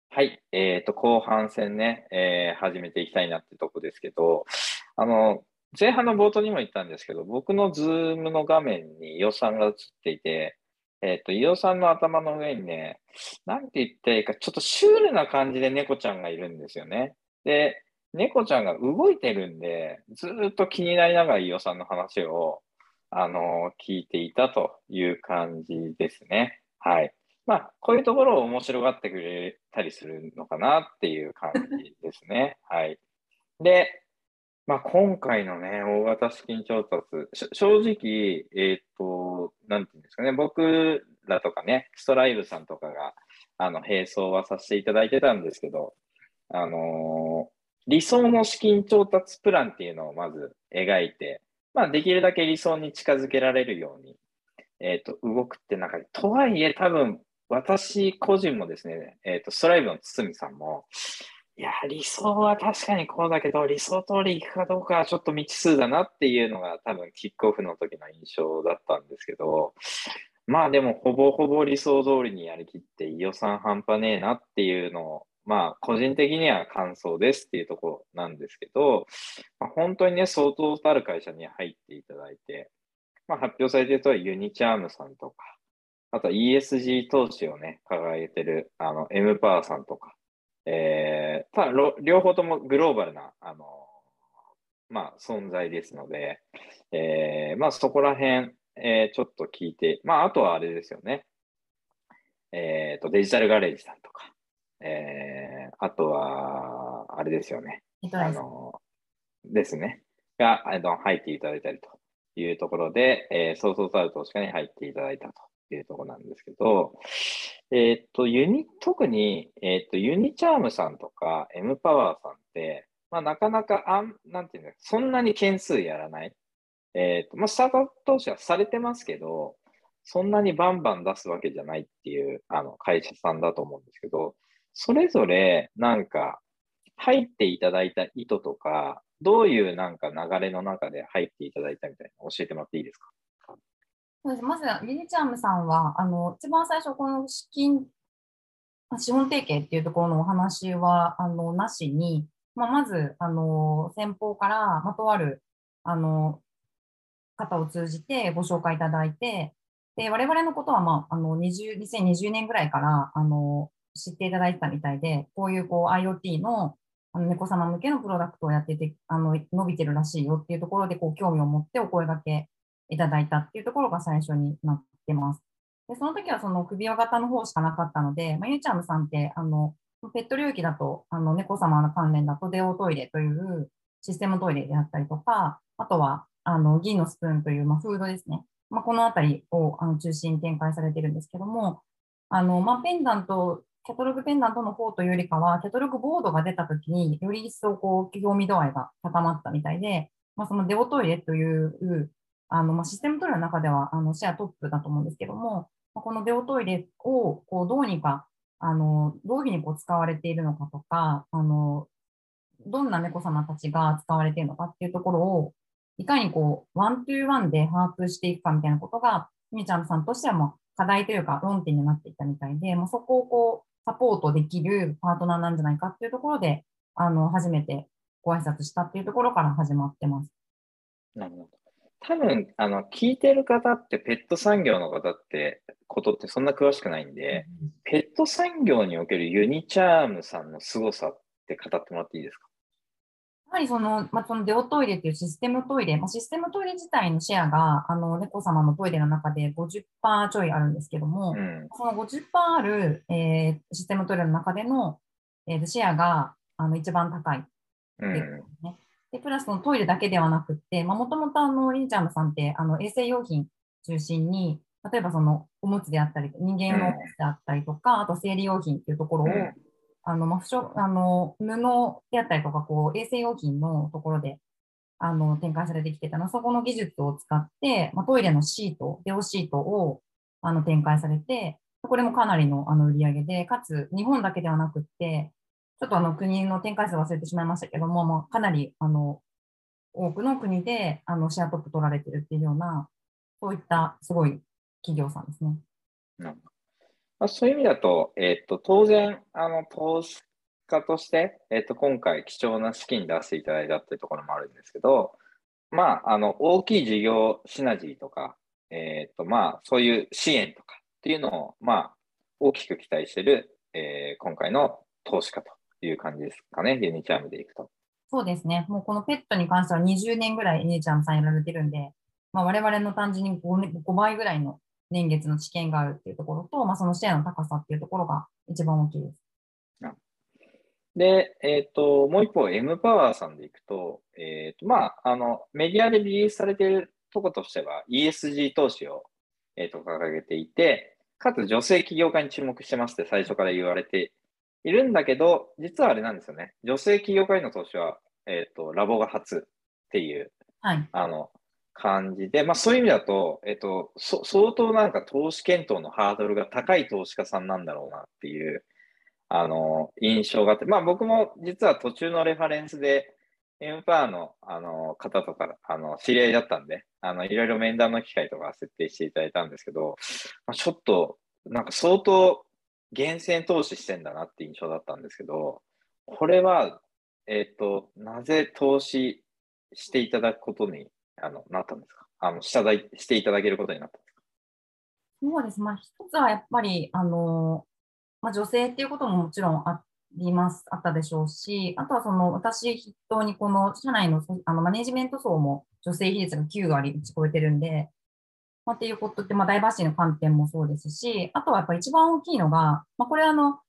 はい。後半戦ね、始めていきたいなってとこですけど、あの、前半の冒頭にも言ったんですけど、僕のズームの画面に伊代さんが映っていて、伊代さんの頭の上にね、なんて言ったらいいか、ちょっとシュールな感じで猫ちゃんがいるんですよね。で、猫ちゃんが動いてるんで、ずーっと気になりながら伊代さんの話を、聞いていたという感じですね。はい。まあ、こういうところを面白がってくれたりするのかなっていう感じですね。はい。で、まあ、今回のね、大型資金調達、正直、なんていうんですかね、僕らとかね、ストライブさんとかが、並走はさせていただいてたんですけど、あの理想の資金調達プランっていうのをまず描いて、まあ、できるだけ理想に近づけられるように、動くって中で、とはいえ多分、私個人もですね、ストライブの堤さんも、いや、理想は確かにこうだけど、理想通り行くかどうかはちょっと未知数だなっていうのが多分キックオフの時の印象だったんですけど、まあでもほぼほぼ理想通りにやりきって予算半端ねえなっていうのを、まあ個人的には感想ですっていうところなんですけど、まあ、本当にね、相当たる会社に入っていただいて、まあ、発表されているとユニチャームさんとか、あとは ESG 投資をね、掲げてる、M パワーさんとか、ただ、両方ともグローバルな、まあ、存在ですので、まあ、そこら辺、ちょっと聞いて、まあ、あとはあれですよね。デジタルガレージさんとか、あとは、あれですよね。あです。 の、ですね。が、入っていただいたりというところで、そうそうたる投資家に入っていただいたというところなんですけど、特に、ユニチャームさんとか、M パワーさんって、まあ、なかなか、なんていうの、そんなに件数やらない。まあ、スタートアップ投資はされてますけど、そんなにバンバン出すわけじゃないっていう、会社さんだと思うんですけど、それぞれ、なんか、入っていただいた意図とか、どういうなんか流れの中で入っていただいたみたいなの教えてもらっていいですか？ そうです。まず、ユニチャームさんは、一番最初、この資本提携っていうところのお話は、なしに、まず、先方から、とある、あの、方を通じてご紹介いただいて、で、我々のことは、2020年ぐらいから、知っていただいてたみたいで、こういう、IoT の、猫様向けのプロダクトをやってて、伸びてるらしいよっていうところで、興味を持ってお声掛けいただいたっていうところが最初になってます。で、その時はその首輪型の方しかなかったので、ゆうちゃむさんって、ペット領域だと、猫様の関連だと、デオトイレというシステムトイレであったりとか、あとは、銀のスプーンという、フードですね。このあたりを中心に展開されているんですけども、ペンダント、キャタログペンダントの方というよりかは、キャタログボードが出たときにより一層興味度合いが高まったみたいで、そのデオトイレという、システムトイレの中ではシェアトップだと思うんですけども、このデオトイレをどうにか、どういうふうに使われているのかとか、どんな猫様たちが使われているのかっていうところを、いかにワントゥーワンで把握していくかみたいなことが、みーちゃんさんとしては課題というか論点になっていったみたいで、そこをサポートできるパートナーなんじゃないかっていうところで、初めてご挨拶したっていうところから始まってます。 なるほど。多分、聞いてる方ってペット産業の方ってことってそんな詳しくないんで、ペット産業におけるユニチャームさんの凄さって語ってもらっていいですか？ やはりそのデオトイレっていうシステムトイレ、システムトイレ自体のシェアが、猫様のトイレの中で50%ちょいあるんですけども、 うん。 その50%ある、システムトイレの中での、シェアが、一番高いっていうこうん。 とですね。で、プラスそのトイレだけではなくって、もともとリンちゃんさんって、衛生用品中心に、例えばそのおむつであったり、人間用のおむうん。 つであったりとか、あと生理用品っていうところを、 うん。 布であったりとか、衛生用品のところで、展開されてきてたの、そこの技術を使って、トイレのシート、デオシートを、展開されて、これもかなりの、売り上げで、かつ、日本だけではなくって、ちょっと国の展開数忘れてしまいましたけども、かなり、多くの国で、シェアトップ取られてるっていうような、そういったすごい企業さんですね。 うん。 まあ、そういう意味だと、当然、投資家として、今回貴重な資金出していただいたっていうところもあるんですけど、まあ、大きい事業シナジーとか、まあ、そういう支援とかっていうのを、まあ、大きく期待している、今回の投資家という感じですかね、ユニチャームでいくと。 そうですね。もうこのペットに関しては20年ぐらい姉ちゃんさんやられてるんで、まあ、我々の単純に5倍ぐらいの年月の知見があるっていうところと、まあ、そのシェアの高さっていうところが一番大きいです。 で、もう一方、M パワーさんでいくと、まあ、メディアでリリースされているところとしては、ESG 投資を、掲げていて、かつ女性起業家に注目してますって最初から言われているんだけど、実はあれなんですよね。女性起業家への投資は、ラボが初っていう、 はい。 感じで、まあそういう意味だと、相当なんか投資検討のハードルが高い投資家さんなんだろうなっていう、印象があって、まあ僕も実は途中のレファレンスで、エムパーの、方とか、知り合いだったんで、いろいろ面談の機会とか設定していただいたんですけど、まあ、ちょっと、なんか相当、厳選投資してんだなって印象だったんですけど、これは、なぜ投資していただくことに、なったんですか？していただけることになったんですか？ そうです。まあ、一つはやっぱり、まあ、女性っていうことももちろんあったでしょうし、あとはその私筆頭にこの社内のマネジメント層も女性比率が9割打ち超えてるんで、まあ、っていうことって、まあ、ダイバーシティの観点もそうですし、あとはやっぱり一番大きいのが、まあ、これ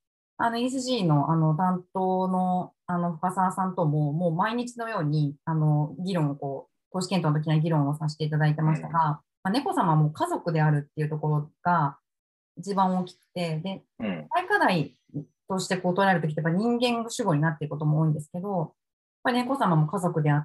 ESG の担当の深澤さんとも、もう毎日のように議論を投資検討の時には議論をさせていただいてましたが、 うん。 まあ、猫様も家族であるっていうところが一番大きくて、で、 うん。 社会課題として捉えるときって、やっぱ人間主語になっていることも多いんですけど、やっぱり猫様も家族であって、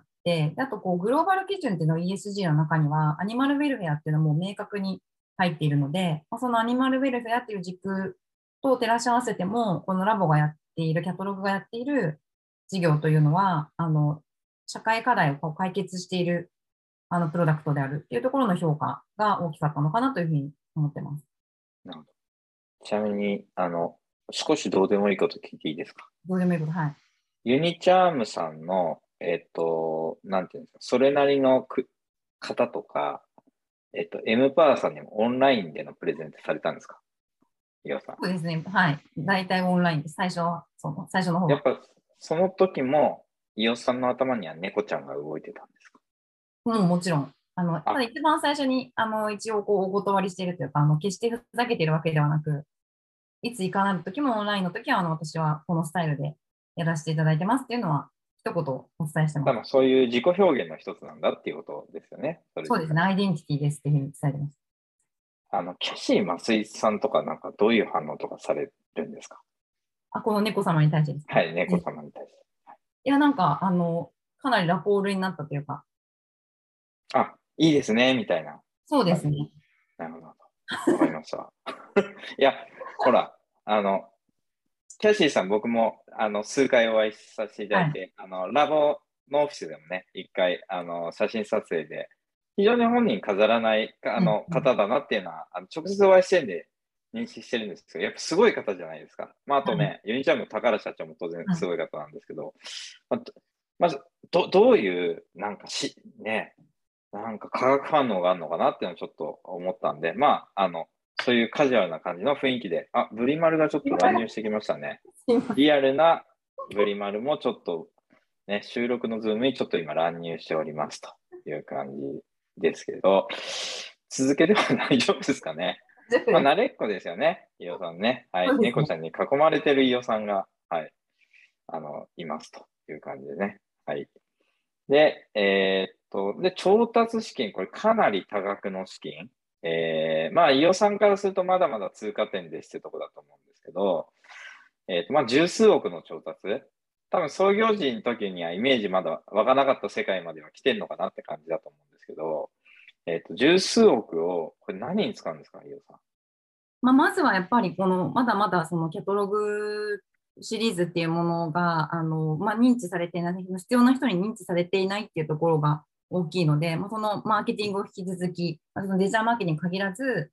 であとグローバル基準っていうのは ESG の中には、アニマルウェルフェアっていうのも明確に入っているので、まあ、そのアニマルウェルフェアっていう軸と照らし合わせても、このラボがやっている、キャタログがやっている事業というのは、社会課題を解決しているプロダクトであるっていうところの評価が大きかったのかなというふうに思ってます。 なるほど。ちなみに、少しどうでもいいこと聞いていいですか？ どうでもいいこと、はい。 ユニチャームさんの、なんていうんですか、それなりの方とか、M パワーさんにもオンラインでのプレゼントされたんですか？伊オさん。 そうですね。はい。大体オンラインです。最初の方は。 やっぱ、その時も、伊オさんの頭には猫ちゃんが動いてたんですか？ もちろん。ただあ、 一番最初に、一応お断りしているというか、決してふざけているわけではなく、いつ行かない時もオンラインの時は、私はこのスタイルでやらせていただいてますっていうのは、一言お伝えしてます。 多分そういう自己表現の一つなんだっていうことですよね。それ自体。 そうですね。アイデンティティですっていうふうに伝えてます。 キャシー松井さんとかなんかどういう反応とかされるんですか？ あ、この猫様に対してですか？ はい、猫様に対して。 いや、かなりラポールになったというか、 あ、いいですね、みたいなそうですね。 感じ。なるほど。わかりました。いや、ほら、キャシーさん、僕も、数回お会いさせていただはい。 いて、ラボのオフィスでもね、一回、写真撮影で、非常に本人飾らない、 うん、うん。 方だなっていうのは、直接お会いしてんで認識してるんですけど、やっぱすごい方じゃないですか。まあ、あはい。 とね、ユニチャームの高原社長も当然はい。 すごい方なんですけど、まず、どういう、なんかね、なんか化学反応があるのかなっていうのをちょっと思ったんで、まあ、そういうカジュアルな感じの雰囲気で、あ、ブリマルがちょっと乱入してきましたね。 すいません。 リアルなブリマルもちょっとね、収録のズームにちょっと今乱入しておりますという感じですけど、続けては大丈夫ですかね。まあ、 大丈夫です。 慣れっこですよね、飯尾さんね。はい。 そうですね。 猫ちゃんに囲まれてる飯尾さんが、はい、いますという感じでね。はい。で、で、調達資金、これかなり多額の資金。まあ、飯尾さんからするとまだまだ通過点ですってとこだと思うんですけど、まあ、十数億の調達。多分創業時の時にはイメージまだ湧かなかった世界までは来てるのかなって感じだと思うんですけど、十数億を、これ何に使うんですか、飯尾さん。 まあ、まずはやっぱりまだまだそのキャタログシリーズっていうものがまあ、認知されていない、必要な人に認知されていないっていうところが大きいので、まあ、そのマーケティングを引き続き、まあそのデジタルマーケティングに限らず、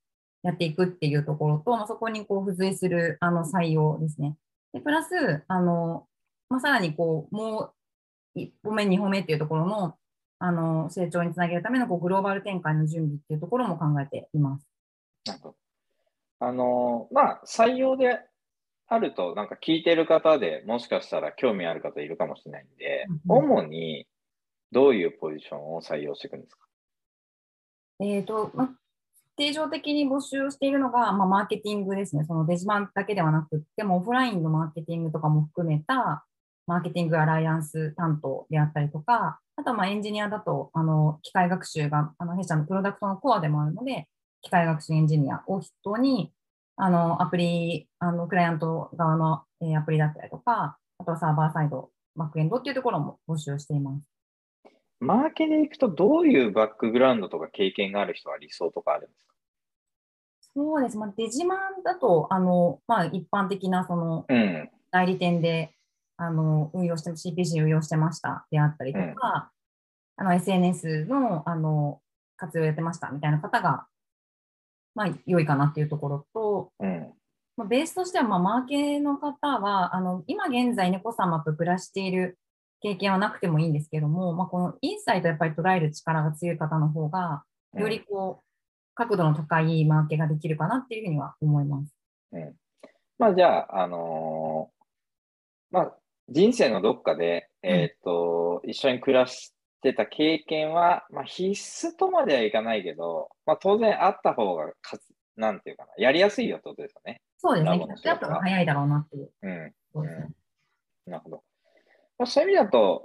やっていくっていうところと、まあ、そこにこう付随する採用ですね。で、プラス、まあ、さらにこう、もう1歩目、2歩目っていうところの、成長につなげるためのこうグローバル展開の準備っていうところも考えています。 なるほど。まあ、採用であると、なんか聞いてる方でもしかしたら興味ある方いるかもしれないんで、 うんうん主にどういうポジションを採用していくんですか？ まあ、定常的に募集をしているのが、まあ、マーケティングですね。そのデジマンだけではなくっても、オフラインのマーケティングとかも含めた、マーケティングアライアンス担当であったりとか、あとはまあエンジニアだと、機械学習が、弊社のプロダクトのコアでもあるので、機械学習エンジニアを筆頭に、アプリ、クライアント側のアプリだったりとか、あとはサーバーサイド、バックエンドっていうところも募集しています。 マーケで行くとどういうバックグラウンドとか経験がある人は理想とかあるんですか？ そうです。まあ、デジマンだと、まあ、一般的な、その、 うん、 代理店で、運用して、CPC 運用してましたであったりうん、 とか、SNS の、活用やってましたみたいな方が、まあ、良いかなっていうところと、 うん、 まあ、ベースとしては、まあ、マーケの方は、今現在猫様と暮らしている経験はなくてもいいんですけども、まあ、このインサイトやっぱり捉える力が強い方の方が、よりうん、 こう、角度の高いマーケができるかなっていうふうには思います。 うん。まあじゃあ、まあ人生のどっかで、 はい。 一緒に暮らしてた経験は、まあ必須とまではいかないけど、まあ当然あった方がなんていうかな、やりやすいよってことですよね。 そうですね。 ラボキャッチアップの仕事は。 が早いだろうなっていう。 うん、 そうですね。 うん。なるほど。まあ、そういう意味だと、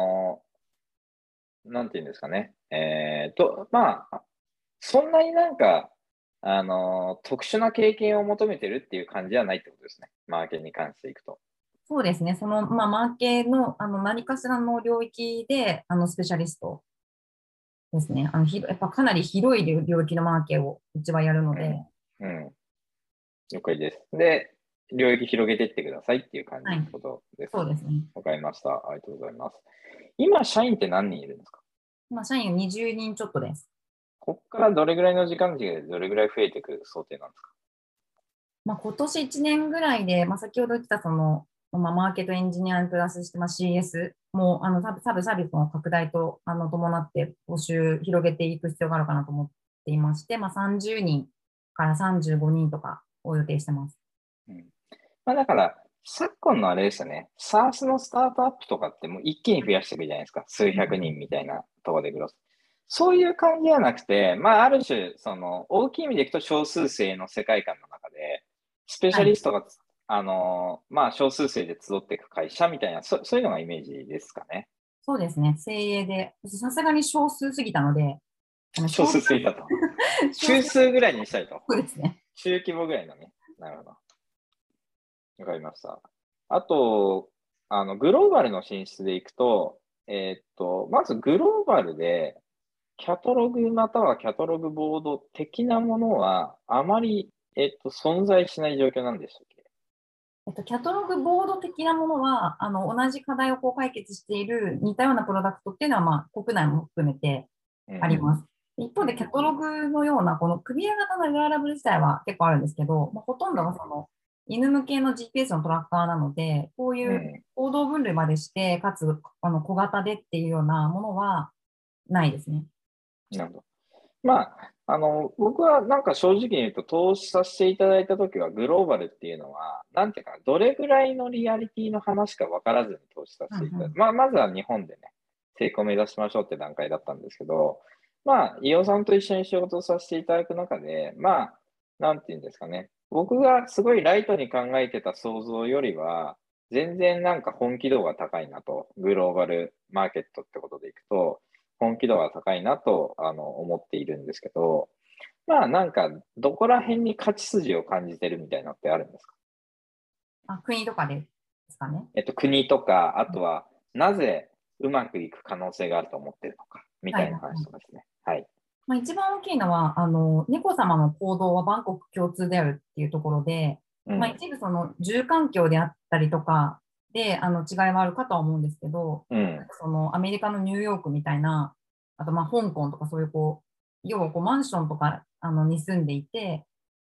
なんていうんですかね。まあ、そんなになんか、特殊な経験を求めてるっていう感じじゃないってことですね。マーケに関していくと。 そうですね。その、まあ、マーケの、何かしらの領域で、スペシャリストですね。やっぱかなり広い領域のマーケをうちはやるので、 うん。うん。了解です。で、領域広げていってくださいっていう感じってはい。 ことですね。 そうですね。 わかりました。ありがとうございます。今、社員って何人いるんですか？ まあ、社員が20人ちょっとです。 ここからどれぐらいの時間軸でどれぐらい増えていく想定なんですか？ まあ、今年1年ぐらいで、まあ、先ほど言ってたその、まあ、マーケットエンジニアにプラスして、まあ、CS もサブサービスの拡大と伴って募集広げていく必要があるかなと思っていまして、まあ、30人から35人とかを予定してます。 うん。まあだから、昨今のあれですよね。SaaS のスタートアップとかってもう一気に増やしていくじゃないですか。数百人みたいなところでグロス。そういう感じじゃなくて、まあある種、その大きい意味でいくと少数生の世界観の中で、スペシはい。 ャリストがまあ少数生で集っていく会社みたいな、そういうのがイメージですかね。 そうですね。精鋭で、さすがに少数すぎたので、 少少数、 数生だと。 少数中数ぐらいにしたいと。 そうですね。 中規模ぐらいのね。なるほど。わかりました。あと、グローバルの進出でいくと、まずグローバルで、キャタログまたはキャタログボード的なものは、あまり、存在しない状況なんでしたっけ？ キャタログボード的なものは、同じ課題をこう解決している似たようなプロダクトっていうのは、まあ、国内も含めてうん、 あります。一方で、キうん、 ャタログのような、この首輪型のウェアラブル自体は結構あるんですけど、まあ、ほとんうん、 どがその、犬向けの GPS のトラッカーなので、こういううん。 行動分類までして、かつ、小型でっていうようなものはないですね。 なるほど。まあ、僕はなんか正直に言うと、投資させていただいたときは、グローバルっていうのは、なんていうか、どれぐらいのリアリティの話か分からずに投資させていただいた。 うんうん。 まあ、まずは日本でね、成功を目指しましょうって段階だったんですけど、まあ、伊尾さんと一緒に仕事をさせていただく中で、まあ、なんていうんですかね、僕がすごいライトに考えてた想像よりは、全然なんか本気度が高いなと、グローバルマーケットってことでいくと、本気度が高いなと思っているんですけど、まあなんか、どこら辺に勝ち筋を感じてるみたいなのってあるんですか？ あ、国とかでですかね。 国とか、あとは、なぜうまくいく可能性があると思ってるのか、みはい。 たいな話とかですね。はい。 まあ、一番大きいのは、猫様の行動は万国共通であるっていうところで、まあ、 うん、 一部その住環境であったりとかで、違いはあるかとは思うんですけど、 うん、 そのアメリカのニューヨークみたいな、あとまあ香港とかそういうこう、要はこうマンションとかに住んでいて、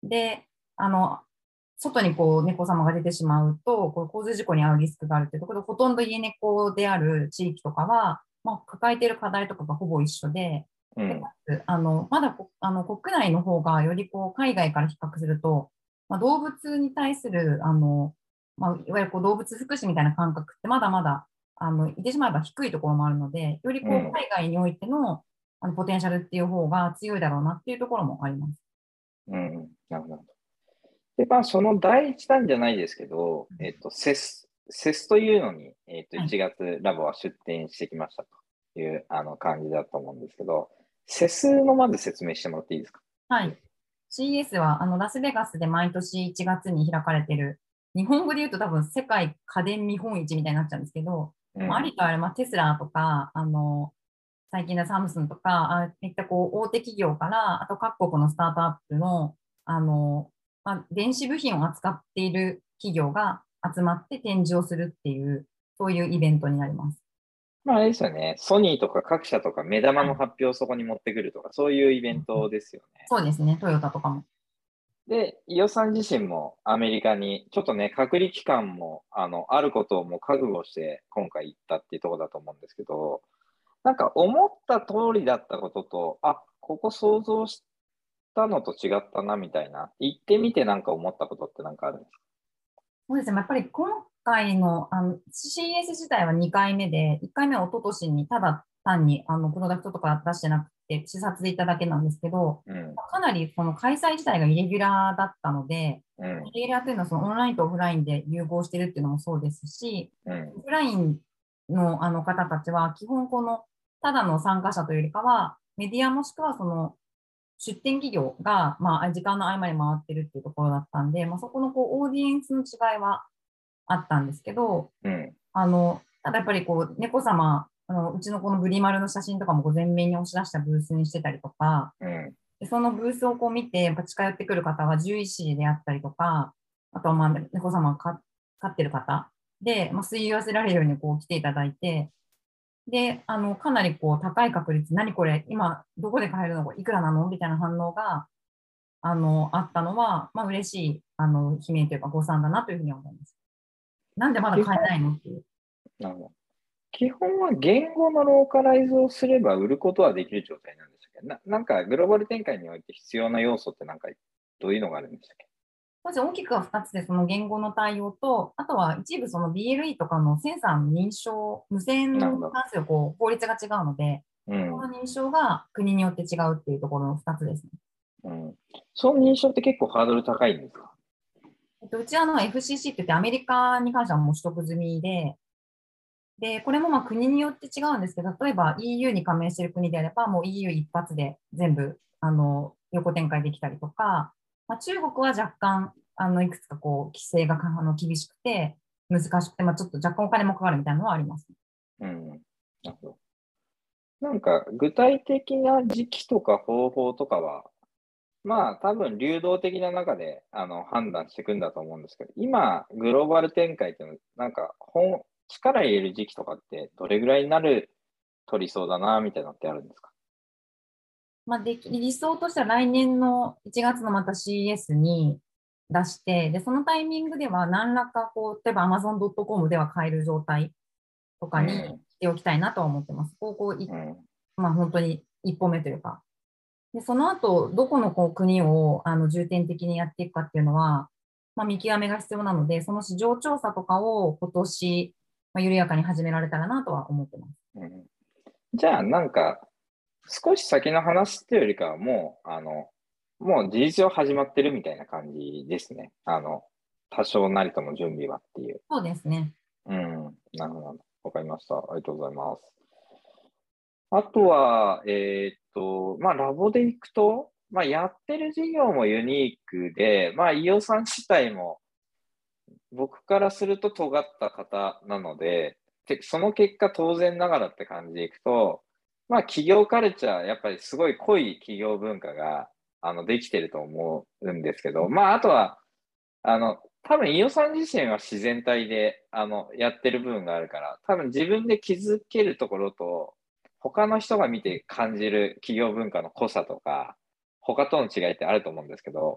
で、外にこう猫様が出てしまうと、こう交通事故に遭うリスクがあるというところで、ほとんど家猫である地域とかは、まあ、抱えている課題とかがほぼ一緒で、で、かうん、 つ、まだこ国内の方がよりこう海外から比較すると、まあ、動物に対する、まあ、いわゆるこう動物福祉みたいな感覚ってまだまだ、言ってしまえば低いところもあるので、よりこううん、 海外においての、ポテンシャルっていう方が強いだろうなっていうところもあります。 うん。なるほど。で、まあ、その第一弾じゃないですけど、セスというのに、 はい。 1月ラボは出展してきましたという、感じだと思うんですけど、セスのまず説明してもらっていいですか？ はい。CES は、ラスベガスで毎年1月に開かれている、日本語で言うと多分世界家電見本市みたいになっちゃうんですけど、まあ、あうん、 りとあれ、まあ、テスラとか、最近のサムスンとか、いったこう大手企業から、あと各国のスタートアップの、まあ、電子部品を扱っている企業が集まって展示をするっていう、そういうイベントになります。 まあ、あれですよね。ソニーとか各社とか目玉はい。 の発表をそこに持ってくるとか、そういうイベントですよね。 そうですね、トヨタとかも。 で、伊代さん自身もアメリカに、ちょっとね、隔離期間も、あることをもう覚悟して今回行ったっていうところだと思うんですけど、なんか思った通りだったことと、あ、ここ想像したのと違ったなみたいな、行ってみてなんか思ったことってなんかあるんですか？ そうですね。やっぱり今回の、CES 自体は2回目で、1回目は一昨年にただ単にプロダクトとか出してなくて、視察でいただけなんですけど、 うん、 かなりこの開催自体がイレギュラーだったので、 うん、 イレギュラーというのはそのオンラインとオフラインで融合しているっていうのもそうですし、 うん、 オフラインのあの方たちは基本このただの参加者というよりかは、メディアもしくはその出店企業が、まあ、時間の合間に回ってるっていうところだったんで、まあ、そこのこうオーディエンスの違いはあったんですけど、 うん、 ただやっぱりこう、猫様、うちのこのブリマルの写真とかもこう前面に押し出したブースにしてたりとか、 うん、 でそのブースをこう見て、やっぱ近寄ってくる方は獣医師であったりとか、あとはまあ猫様を飼ってる方で、まあ、吸い寄せられるようにこう来ていただいて、で、かなりこう高い確率、何これ、今どこで買えるのいくらなのみたいな反応が、あったのは、まあ嬉しい、悲鳴というか誤算だなというふうに思います。なんでまだ買え基本、 ないのっていう。 なるほど。基本は言語のローカライズをすれば売ることはできる状態なんでしたっけ？なんかグローバル展開において必要な要素ってなんかどういうのがあるんでしたっけ？ まず大きくは2つで、その言語の対応と、あとは一部その BLE とかのセンサーの認証、無線になるほど。 関するこう法律が違うので、 うん、 その認証が国によって違うっていうところの2つですね。 うん。その認証って結構ハードル高いんですか？ うちはFCC って言ってアメリカに関してはもう取得済みで、で、これもまあ国によって違うんですけど、例えば EU に加盟している国であれば、もう EU 一発で全部、横展開できたりとか、まあ、中国は若干、いくつかこう、規制が厳しくて、難しくて、まあ、ちょっと若干お金もかかるみたいなのはあります。 うん。なるほど。なんか具体的な時期とか方法とかは、まあ多分流動的な中で判断していくんだと思うんですけど、今、グローバル展開っていうのは、なんか力入れる時期とかってどれぐらいになる取りそうだな、みたいなのってあるんですか？ まあ、理想としては来年の1月のまた CS に出して、で、そのタイミングでは何らかこう、例えば Amazon.com では買える状態とかにしうん、 ておきたいなとは思ってます。 うん、 まあ本当に一歩目というか。で、その後、どこのこう国を重点的にやっていくかっていうのは、まあ見極めが必要なので、その市場調査とかを今年、まあ、緩やかに始められたらなとは思ってます。 うん。じゃあなんか、少し先の話っていうよりかはもう事実上始まってるみたいな感じですね。多少なりとも準備はっていう。 そうですね。 うん、なるほど。わかりました。ありがとうございます。あとは、まあ、ラボで行くと、まあ、やってる事業もユニークで、まあ、飯尾さん自体も僕からすると尖った方なので、その結果当然ながらって感じでいくと、まあ、企業カルチャー、やっぱりすごい濃い企業文化が、できてると思うんですけど、まあ、あとは、多分、飯尾さん自身は自然体で、やってる部分があるから、多分自分で気づけるところと、他の人が見て感じる企業文化の濃さとか、他との違いってあると思うんですけど、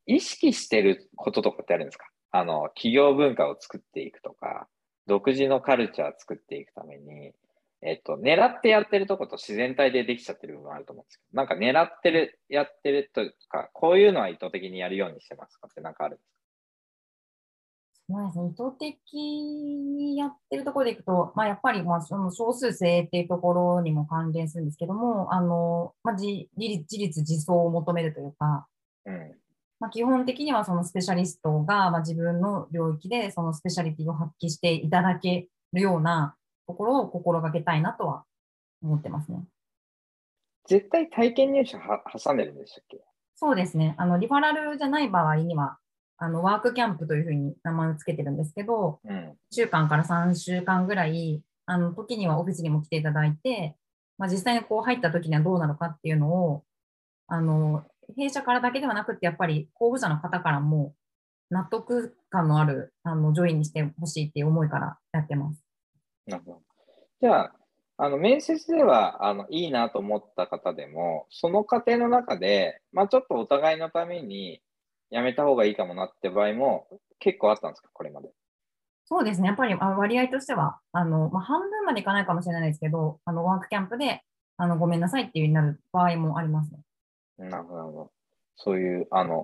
意識してることとかってあるんですか？企業文化を作っていくとか、独自のカルチャーを作っていくために、狙ってやってるとこと自然体でできちゃってる部分あると思うんですけど、なんか狙ってる、やってるとか、こういうのは意図的にやるようにしてますかってなんかあるんですか？ そうですね。意図的にやってるところでいくと、やっぱり、その少数精鋭っていうところにも関連するんですけども、自立自走を求めるというか、 うん。 基本的にはそのスペシャリストが、自分の領域でそのスペシャリティを発揮していただけるようなところを心がけたいなとは思ってますね。 絶対体験入社は挟んでるんでしたっけ？ そうですね。リファラルじゃない場合には、ワークキャンプというふうに名前をつけてるんですけど、 うん。 1週間から3週間ぐらい、時にはオフィスにも来ていただいて、実際にこう入った時にはどうなのかっていうのを、あの、弊社からだけではなくて、やっぱり候補者の方からも納得感のある、ジョインにしてほしいっていう思いからやってます。 なるほど。じゃあ、面接では、いいなと思った方でも、その過程の中で、ちょっとお互いのためにやめた方がいいかもなって場合も結構あったんですか、これまで。 そうですね。やっぱり割合としては、半分までいかないかもしれないですけど、ワークキャンプで、ごめんなさいっていう風になる場合もありますね。 なるほど、なるほど。そういう、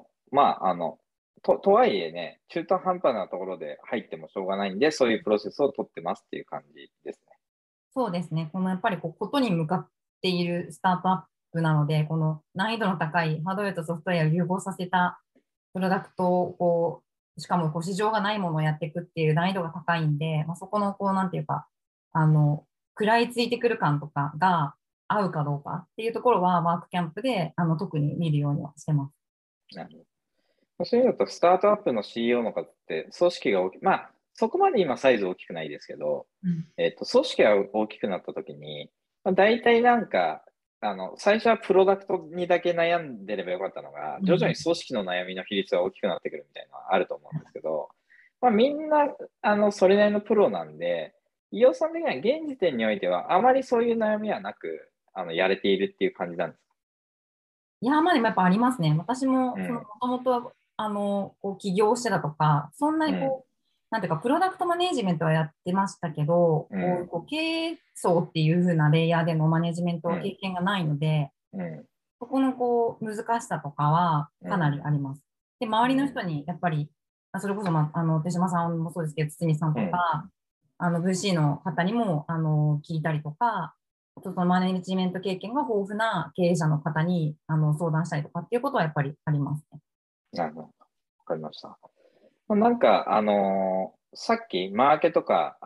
とはいえね、中途半端なところで入ってもしょうがないんで、そういうプロセスを取ってますっていう感じですね。 そうですね。このやっぱりことに向かっているスタートアップなので、この難易度の高いハードウェアとソフトウェアを融合させたプロダクトをしかも市場がないものをやっていくっていう難易度が高いんで、そこのなんていうか、あの、食らいついてくる感とかが合うかどうかっていうところは、ワークキャンプで特に見るようにはしてます。 なるほど。そういうのと、スタートアップの CEO の方って、組織が大きい、そこまで今サイズ大きくないですけど、 うん。 組織が大きくなったときに、大体なんか、最初はプロダクトにだけ悩んでればよかったのが、徐々に組織の悩みの比率が大きくなってくるみたいなのはあると思うんですけど、みんな、それなりのプロなんで、伊尾さん的には現時点においては、あまりそういう悩みはなく、やれているっていう感じなんですか？ いや、でもやっぱありますね。私も、 うん、 もともと、起業してたとか、そんなうん、 になんていうか、プロダクトマネージメントはやってましたけど、 うん、 経営層っていう風なレイヤーでのマネジメントうん、 は経験がないので、 うん、 そこの難しさとかはかなりうん、 あります。で、周りの人に、やっぱり、それこそ、手島さんもそうですけど、堤さんうん、 とか、VC の方にも、聞いたりとか、あとそのマネジメント経験が豊富な経営者の方に、相談したりとかっていうことはやっぱりありますね。 なるほど。わかりました。なんか、さっき、マーケとか、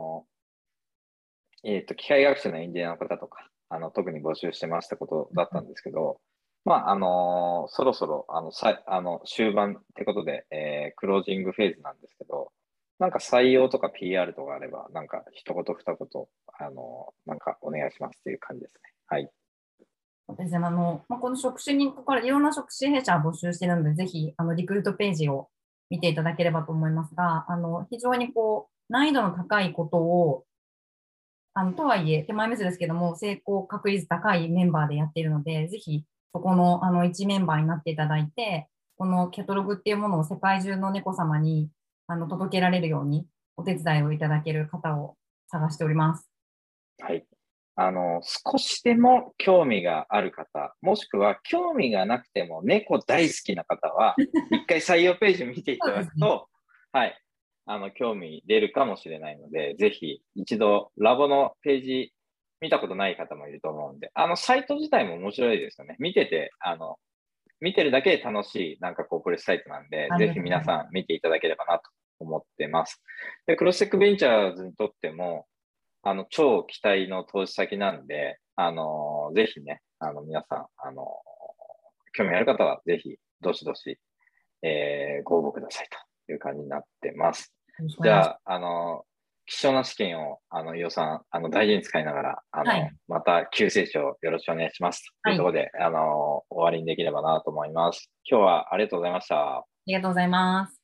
機械学習のエンジニアの方とか、特に募集してましたことだったんですけど、そろそろ、終盤ってことで、クロージングフェーズなんですけど、なんか採用とか PR とかあれば、なんか一言二言、なんかお願いしますっていう感じですね。はい。 そうですね。この職種に関わるいろんな職種弊社を募集しているので、ぜひ、リクルートページを見ていただければと思いますが、非常に難易度の高いことを、とはいえ、手前味噌ですけども、成功確率高いメンバーでやっているので、ぜひ、そこの、一メンバーになっていただいて、このキャタログっていうものを世界中の猫様に、届けられるように、お手伝いをいただける方を探しております。 はい。少しでも興味がある方、もしくは興味がなくても猫大好きな方は、一回採用ページ見ていたそうですね。 だくと、はい、興味出るかもしれないので、ぜひ一度ラボのページ見たことない方もいると思うんで、サイト自体も面白いですよね。見てて、見てるだけで楽しい、なんかコープレスサイトなんで、 ありぜがとうございます。 ひ皆さん見ていただければなと思ってます。で、クロステックベンチャーズにとっても、超期待の投資先なんで、ぜひね、皆さん、興味ある方は、ぜひ、どしどし、ご応募くださいという感じになってます。 よろしくお願いしじゃあ、貴重な試験を、予算、大事に使いながら、 ます。はい。 また、救世主をよろしくお願いします。とはい。あいうところで、終わりにできればなと思います。今日はありがとうございました。 りがとうございます。